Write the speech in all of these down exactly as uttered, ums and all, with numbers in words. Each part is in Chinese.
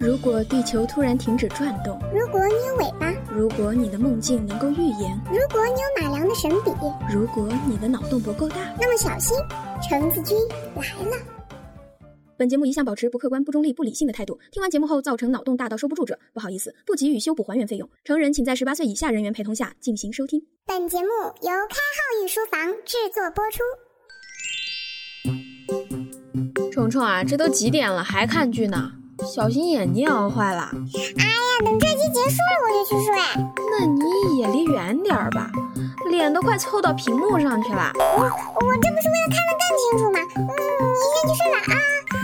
如果地球突然停止转动， 如果你有尾巴， 如果你的梦境能够预言， 如果你有马良的神笔， 如果你的脑洞不够大， 那么小心，橙子君来了。 本节目一向保持不客观、不中立、不理性的态度，听完节目后造成脑洞大到收不住者，不好意思，不给予修补还原费用。成人请在十八岁以下人员陪同下进行收听。 本节目由开号御书房制作播出。 虫虫啊，这都几点了还看剧呢？小心眼睛熬坏了。 哎呀，等这集结束了我就去睡。 那你也离远点吧，脸都快凑到屏幕上去了。 我我这不是为了看得更清楚吗？嗯，你先去睡吧啊。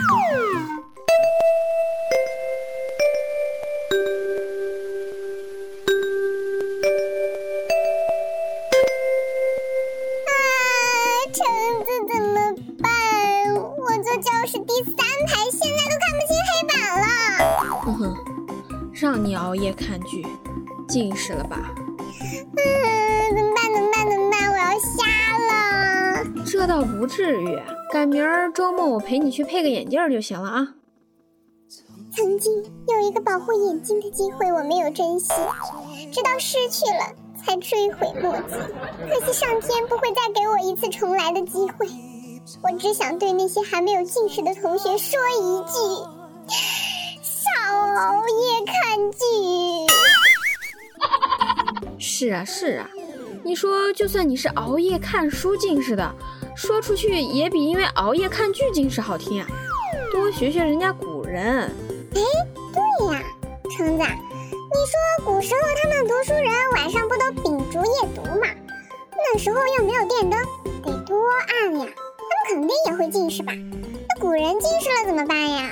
啊，橙子怎么办？我坐教室第三排，现在都看不清黑板了。 哼哼，让你熬夜看剧，近视了吧？ 嗯，怎么办？怎么办？怎么办？我要瞎了。 这倒不至于，赶明儿周末我陪你去配个眼镜就行了啊。 曾经有一个保护眼睛的机会，我没有珍惜，直到失去了才追悔莫及。可惜上天不会再给我一次重来的机会。我只想对那些还没有近视的同学说一句：少熬夜看剧。 是啊是啊，你说就算你是熬夜看书近视的，说出去也比因为熬夜看剧近视好听啊。多学学人家古人。 哎，对呀，橙子，你说古时候他们读书人晚上不都秉烛夜读吗？那时候又没有电灯，得多暗呀，他们肯定也会近视吧？那古人近视了怎么办呀？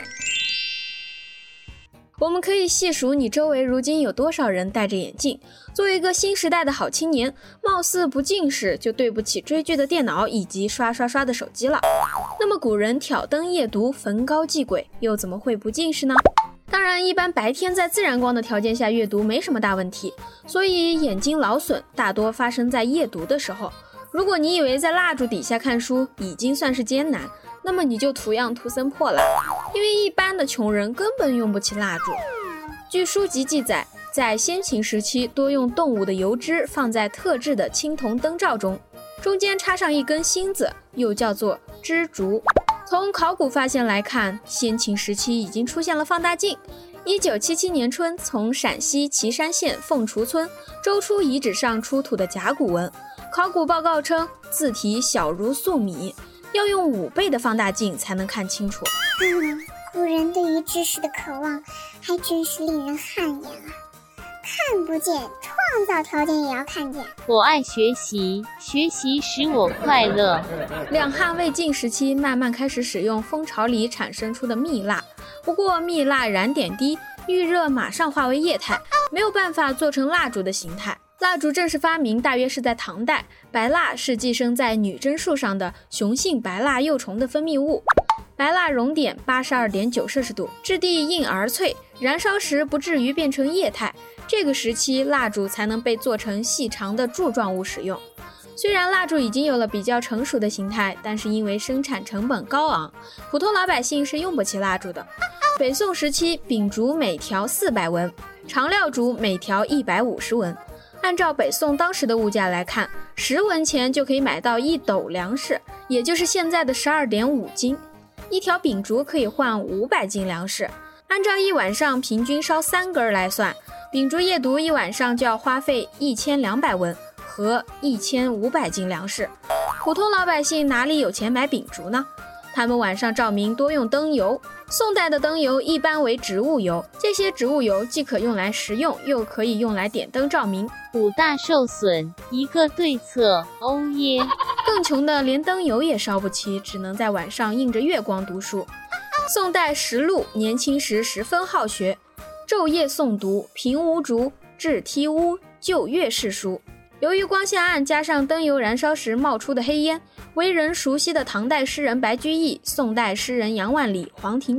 我们可以细数你周围如今有多少人戴着眼镜。作为一个新时代的好青年，貌似不近视就对不起追剧的电脑以及刷刷刷的手机了。那么古人挑灯夜读，焚高祭鬼，又怎么会不近视呢？当然，一般白天在自然光的条件下阅读没什么大问题，所以眼睛劳损大多发生在夜读的时候。如果你以为在蜡烛底下看书已经算是艰难，那么你就图样图森破了，因为一般的穷人根本用不起蜡烛。据书籍记载，在先秦时期多用动物的油脂放在特制的青铜灯罩中，中间插上一根芯子，又叫做支烛。从考古发现来看，先秦时期已经出现了放大镜。一九七七年春，从陕西岐山县凤雏村周初遗址上出土的甲骨文，考古报告称字体小如粟米，要用五倍的放大镜才能看清楚。 嗯，古人对于知识的渴望还真是令人汗颜啊！看不见，创造条件也要看见。 我爱学习，学习使我快乐。 两汉魏晋时期慢慢开始使用蜂巢里产生出的蜜蜡，不过蜜蜡燃点低，遇热马上化为液态，没有办法做成蜡烛的形态。蜡烛正式发明大约是在唐代，白蜡是寄生在女贞树上的雄性白蜡幼虫的分泌物。白蜡熔点 八十二点九摄氏度，质地硬而脆，燃烧时不至于变成液态。这个时期蜡烛才能被做成细长的柱状物使用。虽然蜡烛已经有了比较成熟的形态，但是因为生产成本高昂，普通老百姓是用不起蜡烛的。北宋时期，秉烛每条四百文，长料烛每条一百五十文。按照北宋当时的物价来看，十文钱就可以买到一斗粮食，也就是现在的 十二点五斤。一条秉烛可以换五百斤粮食，按照一晚上平均烧三根来算，秉烛夜读一晚上就要花费一千两百文和一千五百斤粮食。普通老百姓哪里有钱买秉烛呢？他们晚上照明多用灯油。宋代的灯油一般为植物油，这些植物油既可用来食用，又可以用来点灯照明。 五大受损，一个对策，欧耶。 更穷的连灯油也烧不起，只能在晚上映着月光读书。宋代实录年轻时十分好学，昼夜诵读，平无烛，置梯屋，就月事书。由于光线暗，加上灯油燃烧时冒出的黑烟，为人熟悉的唐代诗人白居易、宋代诗人杨万里、黄庭坚、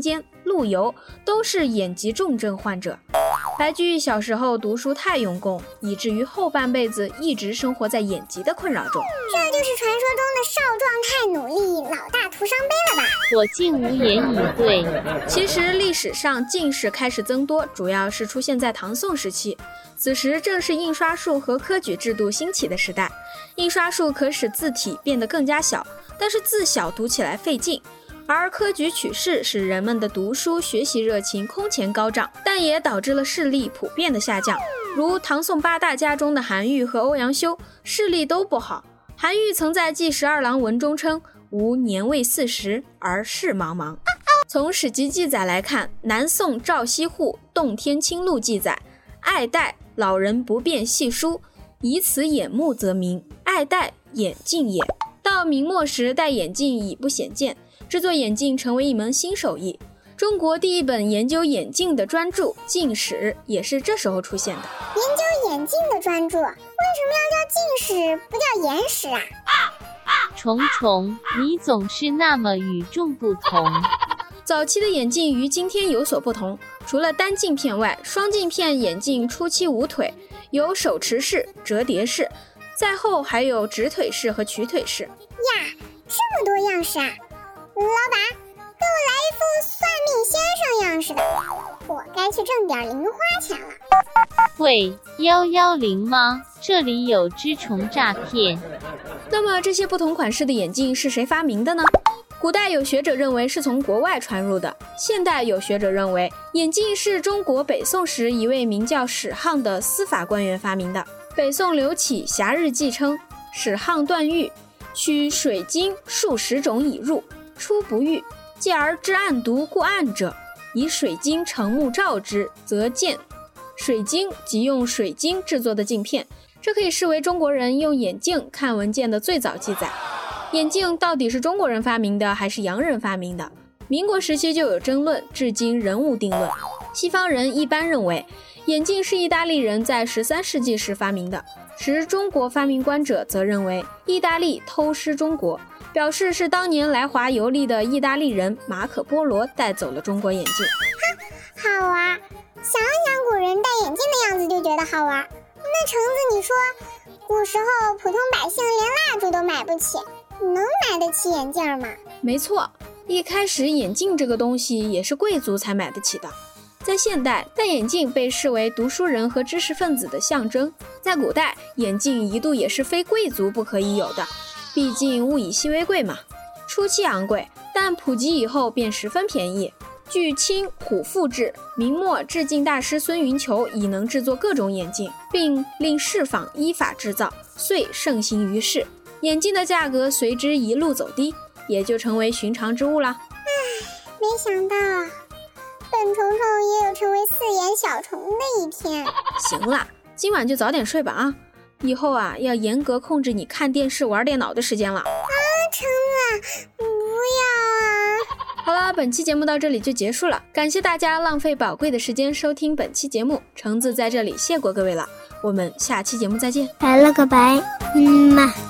陆游都是眼疾重症患者。白居易小时候读书太用功，以至于后半辈子一直生活在眼疾的困扰中。 这就是传说中的少壮太努力，老大徒伤悲了吧？ 我竟无言以对。 其实历史上进士开始增多，主要是出现在唐宋时期，此时正是印刷术和科举制度兴起的时代。印刷术可使字体变得更加小，但是字小读起来费劲，而科举取士使人们的读书学习热情空前高涨，但也导致了视力普遍的下降。如唐宋八大家中的韩愈和欧阳修视力都不好。韩愈曾在《记十二郎文》中称：“吾年未四十而视茫茫。”从史籍记载来看，南宋赵锡户《洞天清录》记载：“爱戴，老人不便细书，以此眼目则明。爱戴，眼镜也。”到明末时，戴眼镜已不鲜见，制作眼镜成为一门新手艺。中国第一本研究眼镜的专著《镜史》也是这时候出现的。 研究眼镜的专著，为什么要叫镜史，不叫眼史啊？ 虫虫，你总是那么与众不同。 早期的眼镜与今天有所不同，除了单镜片外，双镜片眼镜初期无腿，有手持式、折叠式，再后还有直腿式和曲腿式。 呀，这么多样式啊！老板，给我来一副算命先生样式的，我该去挣点零花钱了。 喂，幺幺零吗？这里有只虫诈骗。 那么这些不同款式的眼镜是谁发明的呢？古代有学者认为是从国外传入的，现代有学者认为眼镜是中国北宋时一位名叫史沆的司法官员发明的。北宋刘启《侠日记》称，史沆断狱，取水晶数十种以入，初不遇，继而知暗读故暗者，以水晶成目照之，则见。水晶即用水晶制作的镜片，这可以视为中国人用眼镜看文件的最早记载。眼镜到底是中国人发明的还是洋人发明的？民国时期就有争论，至今仍无定论。西方人一般认为眼镜是意大利人在十三世纪时发明的，持中国发明观者则认为意大利偷师中国，表示是当年来华游历的意大利人马可波罗带走了中国眼镜。 好玩，想想古人戴眼镜的样子就觉得好玩。那橙子，你说古时候普通百姓连蜡烛都买不起，能买得起眼镜吗？ 没错，一开始眼镜这个东西也是贵族才买得起的。在现代，戴眼镜被视为读书人和知识分子的象征。在古代，眼镜一度也是非贵族不可以有的，毕竟物以稀为贵嘛。初期昂贵，但普及以后便十分便宜。据清虎父志，明末制镜大师孙云球已能制作各种眼镜，并令仕坊依法制造，遂盛行于世。眼镜的价格随之一路走低，也就成为寻常之物啦。 唉，没想到啊，本虫虫也有成为四眼小虫的一天。 行啦，今晚就早点睡吧啊！以后啊，要严格控制你看电视、玩电脑的时间了。 啊，橙子，不要啊！ 好了，本期节目到这里就结束了，感谢大家浪费宝贵的时间收听本期节目，橙子在这里谢过各位了，我们下期节目再见， 拜了个拜，嗯嘛。